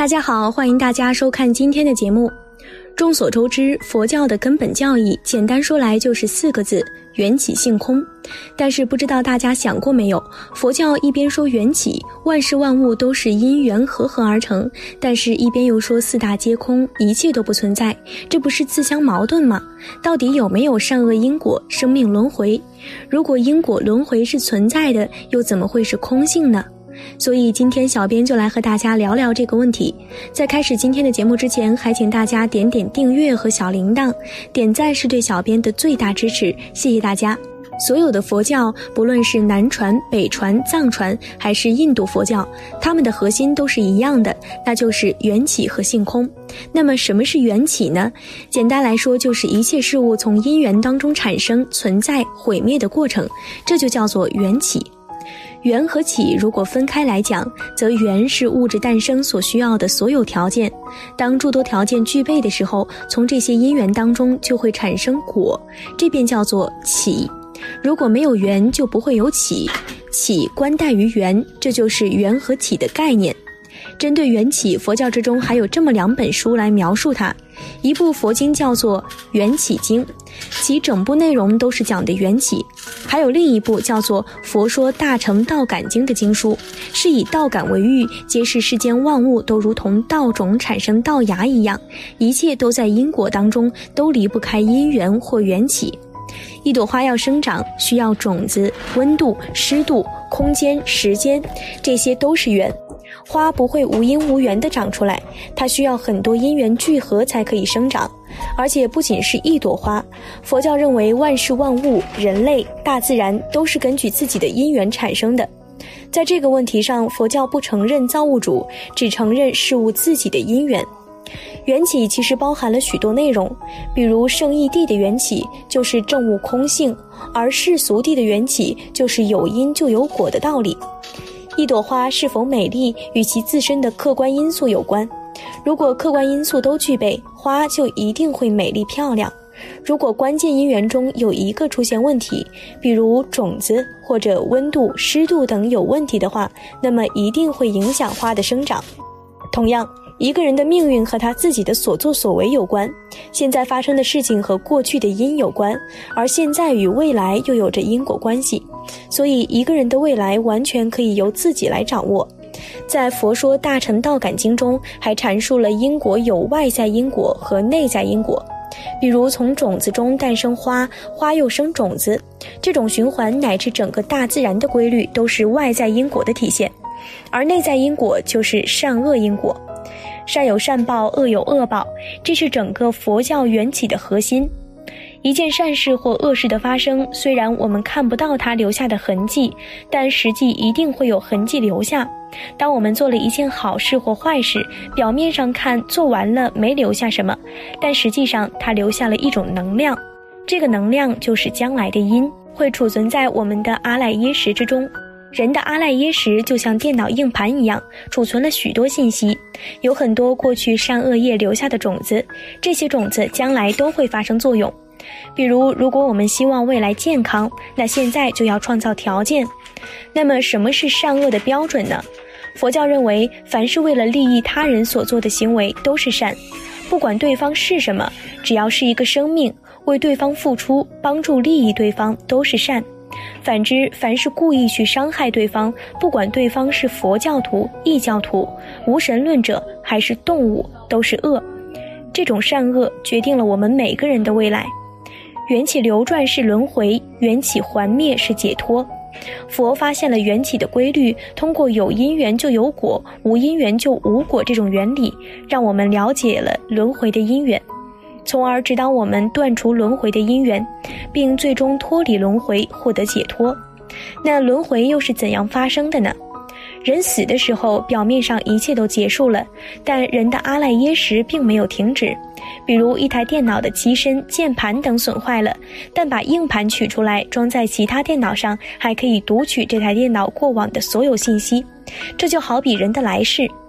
大家好，欢迎大家收看今天的节目。众所周知，佛教的根本教义简单说来就是4个字：缘起性空。但是不知道大家想过没有，佛教一边说缘起，万事万物都是因缘合而成，但是一边又说四大皆空，一切都不存在，这不是自相矛盾吗？到底有没有善恶因果、生命轮回？如果因果轮回是存在的，又怎么会是空性呢？所以今天小编就来和大家聊聊这个问题。在开始今天的节目之前，还请大家点点订阅和小铃铛，点赞是对小编的最大支持，谢谢大家。所有的佛教，不论是南传、北传、藏传还是印度佛教，它们的核心都是一样的，那就是缘起和性空。那么什么是缘起呢？简单来说，就是一切事物从因缘当中产生、存在、毁灭的过程，这就叫做缘起。缘和起如果分开来讲，则缘是物质诞生所需要的所有条件，当诸多条件具备的时候，从这些因缘当中就会产生果，这便叫做起。如果没有缘，就不会有起，起关待于缘，这就是缘和起的概念。针对缘起，佛教之中还有这么2本书来描述它，一部佛经叫做《缘起经》，其整部内容都是讲的缘起；还有另一部叫做《佛说大乘道感经》的经书，是以道感为喻，揭示世间万物都如同稻种产生稻芽一样，一切都在因果当中，都离不开因缘或缘起。一朵花要生长，需要种子、温度、湿度、空间、时间，这些都是缘。花不会无因无缘地长出来，它需要很多因缘聚合才可以生长。而且不仅是一朵花，佛教认为万事万物、人类、大自然都是根据自己的因缘产生的。在这个问题上，佛教不承认造物主，只承认事物自己的因缘。缘起其实包含了许多内容，比如圣义谛的缘起就是证悟空性，而世俗谛的缘起就是有因就有果的道理。一朵花是否美丽与其自身的客观因素有关，如果客观因素都具备，花就一定会美丽漂亮。如果关键因缘中有一个出现问题，比如种子或者温度、湿度等有问题的话，那么一定会影响花的生长。同样，一个人的命运和他自己的所作所为有关，现在发生的事情和过去的因有关，而现在与未来又有着因果关系，所以一个人的未来完全可以由自己来掌握。在《佛说大乘道感经》中还阐述了因果有外在因果和内在因果，比如从种子中诞生花，花又生种子，这种循环乃至整个大自然的规律都是外在因果的体现，而内在因果就是善恶因果。善有善报，恶有恶报，这是整个佛教缘起的核心。一件善事或恶事的发生，虽然我们看不到它留下的痕迹，但实际一定会有痕迹留下。当我们做了一件好事或坏事，表面上看做完了没留下什么，但实际上它留下了一种能量，这个能量就是将来的因，会储存在我们的阿赖耶识之中。人的阿赖耶识就像电脑硬盘一样，储存了许多信息，有很多过去善恶业留下的种子，这些种子将来都会发生作用。比如，如果我们希望未来健康，那现在就要创造条件。那么什么是善恶的标准呢？佛教认为，凡是为了利益他人所做的行为都是善，不管对方是什么，只要是一个生命，为对方付出，帮助利益对方都是善。反之，凡是故意去伤害对方，不管对方是佛教徒、异教徒、无神论者还是动物，都是恶。这种善恶决定了我们每个人的未来。缘起流转是轮回，缘起还灭是解脱。佛发现了缘起的规律，通过有因缘就有果，无因缘就无果这种原理，让我们了解了轮回的因缘，从而指导我们断除轮回的因缘，并最终脱离轮回，获得解脱。那轮回又是怎样发生的呢？人死的时候，表面上一切都结束了，但人的阿赖耶识并没有停止。比如一台电脑的机身、键盘等损坏了，但把硬盘取出来装在其他电脑上，还可以读取这台电脑过往的所有信息。这就好比人的来世，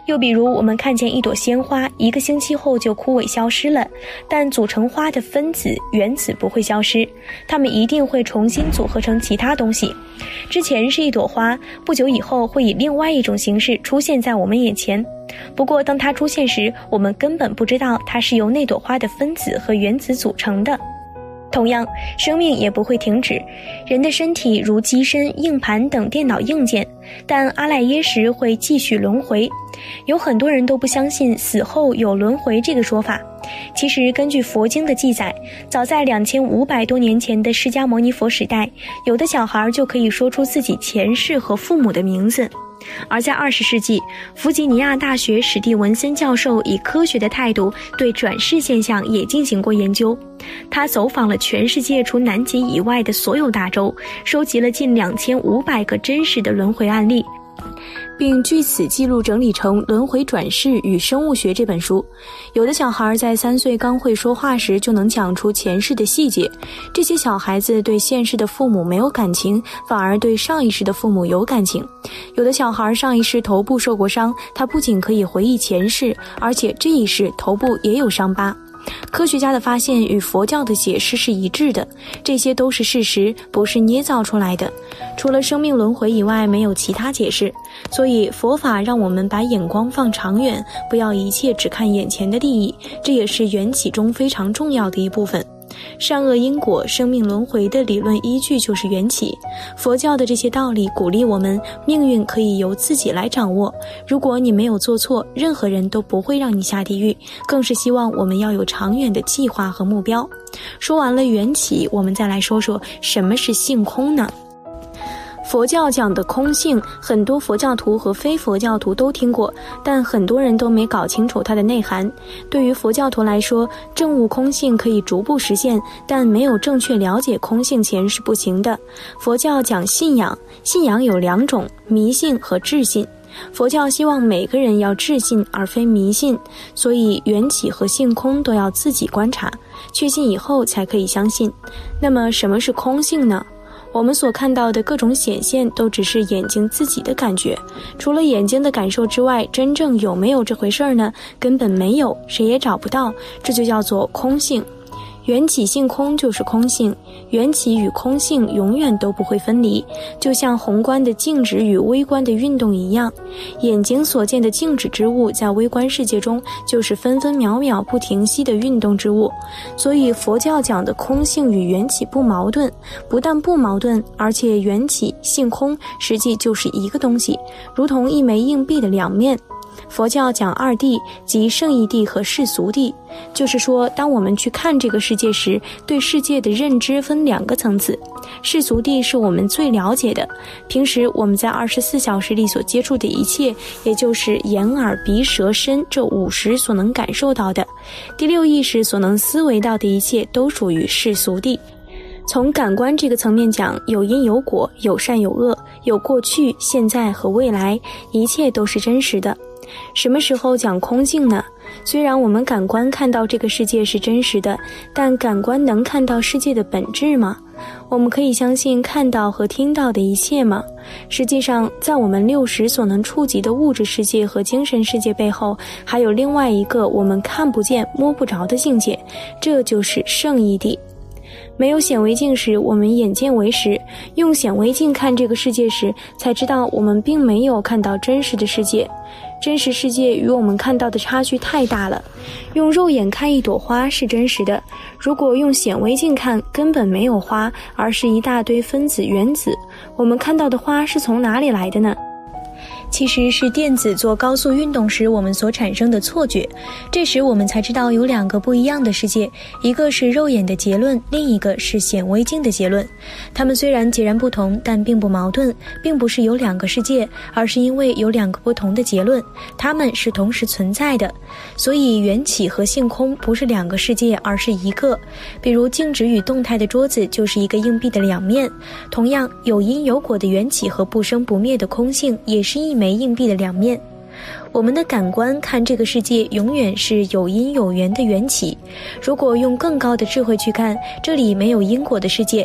又比如我们看见一朵鲜花，1个星期后就枯萎消失了，但组成花的分子、原子不会消失，它们一定会重新组合成其他东西。之前是一朵花，不久以后会以另外一种形式出现在我们眼前。不过当它出现时，我们根本不知道它是由那朵花的分子和原子组成的。同样，生命也不会停止。人的身体如机身、硬盘等电脑硬件，但阿赖耶识会继续轮回。有很多人都不相信死后有轮回这个说法。其实根据佛经的记载，早在2500多年前的释迦牟尼佛时代，有的小孩就可以说出自己前世和父母的名字。而在20世纪，弗吉尼亚大学史蒂文森教授以科学的态度对转世现象也进行过研究。他走访了全世界除南极以外的所有大洲，收集了近2500个真实的轮回案例，并据此记录整理成《轮回转世与生物学》这本书。有的小孩在3岁刚会说话时就能讲出前世的细节，这些小孩子对现世的父母没有感情，反而对上一世的父母有感情。有的小孩上一世头部受过伤，他不仅可以回忆前世，而且这一世头部也有伤疤。科学家的发现与佛教的解释是一致的，这些都是事实，不是捏造出来的。除了生命轮回以外，没有其他解释。所以佛法让我们把眼光放长远，不要一切只看眼前的利益，这也是缘起中非常重要的一部分。善恶因果、生命轮回的理论依据就是缘起。佛教的这些道理鼓励我们，命运可以由自己来掌握。如果你没有做错，任何人都不会让你下地狱，更是希望我们要有长远的计划和目标。说完了缘起，我们再来说说什么是性空呢？佛教讲的空性，很多佛教徒和非佛教徒都听过，但很多人都没搞清楚它的内涵。对于佛教徒来说，证悟空性可以逐步实现，但没有正确了解空性前是不行的。佛教讲信仰，信仰有2种，迷信和智信。佛教希望每个人要智信而非迷信，所以缘起和性空都要自己观察，确信以后才可以相信。那么什么是空性呢？我们所看到的各种显现都只是眼睛自己的感觉，除了眼睛的感受之外，真正有没有这回事呢？根本没有，谁也找不到，这就叫做空性。缘起性空就是空性，缘起与空性永远都不会分离，就像宏观的静止与微观的运动一样。眼睛所见的静止之物，在微观世界中就是分分秒秒不停息的运动之物。所以佛教讲的空性与缘起不矛盾，不但不矛盾，而且缘起性空实际就是一个东西，如同一枚硬币的2面。佛教讲2谛，即圣义谛和世俗谛，就是说当我们去看这个世界时，对世界的认知分2个层次。世俗谛是我们最了解的，平时我们在24小时里所接触的一切，也就是眼耳鼻舌身这5识所能感受到的。第6意识所能思维到的一切都属于世俗谛。从感官这个层面讲，有因有果，有善有恶，有过去、现在和未来，一切都是真实的。什么时候讲空性呢？虽然我们感官看到这个世界是真实的，但感官能看到世界的本质吗？我们可以相信看到和听到的一切吗？实际上，在我们6识所能触及的物质世界和精神世界背后，还有另外一个我们看不见摸不着的境界，这就是圣义谛。没有显微镜时，我们眼见为实；用显微镜看这个世界时，才知道我们并没有看到真实的世界。真实世界与我们看到的差距太大了。用肉眼看一朵花是真实的，如果用显微镜看，根本没有花，而是一大堆分子原子。我们看到的花是从哪里来的呢？其实是电子做高速运动时我们所产生的错觉。这时我们才知道有2个不一样的世界，一个是肉眼的结论，另一个是显微镜的结论。它们虽然截然不同，但并不矛盾，并不是有2个世界，而是因为有2个不同的结论，它们是同时存在的。所以缘起和性空不是2个世界，而是一个。比如静止与动态的桌子就是一个硬币的2面，同样有因有果的缘起和不生不灭的空性也是一枚硬币的2面。我们的感官看这个世界永远是有因有缘的缘起，如果用更高的智慧去看，这里没有因果的世界，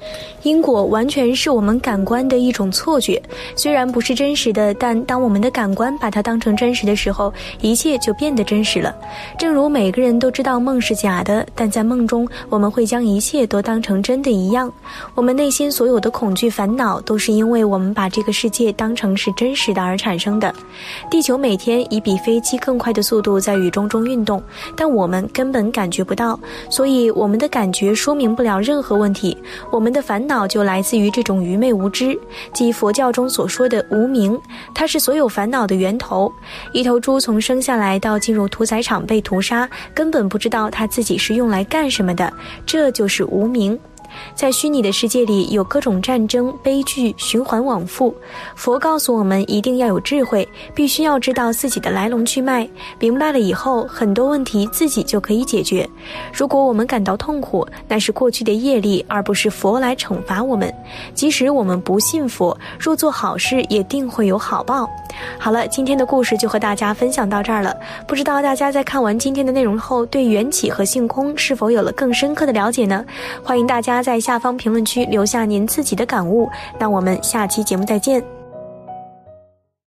因果完全是我们感官的一种错觉，虽然不是真实的，但当我们的感官把它当成真实的时候，一切就变得真实了。正如每个人都知道梦是假的，但在梦中我们会将一切都当成真的一样。我们内心所有的恐惧烦恼都是因为我们把这个世界当成是真实的而产生的。地球每天以比飞机更快的速度在宇宙中运动，但我们根本感觉不到，所以我们的感觉说明不了任何问题。我们的烦恼就来自于这种愚昧无知，即佛教中所说的无明，它是所有烦恼的源头。一头猪从生下来到进入屠宰场被屠杀，根本不知道它自己是用来干什么的，这就是无明。在虚拟的世界里有各种战争、悲剧循环往复，佛告诉我们一定要有智慧，必须要知道自己的来龙去脉，明白了以后很多问题自己就可以解决。如果我们感到痛苦，那是过去的业力，而不是佛来惩罚我们。即使我们不信佛，若做好事也定会有好报。好了，今天的故事就和大家分享到这儿了。不知道大家在看完今天的内容后，对缘起和性空是否有了更深刻的了解呢？欢迎大家在下方评论区留下您自己的感悟。那我们下期节目再见。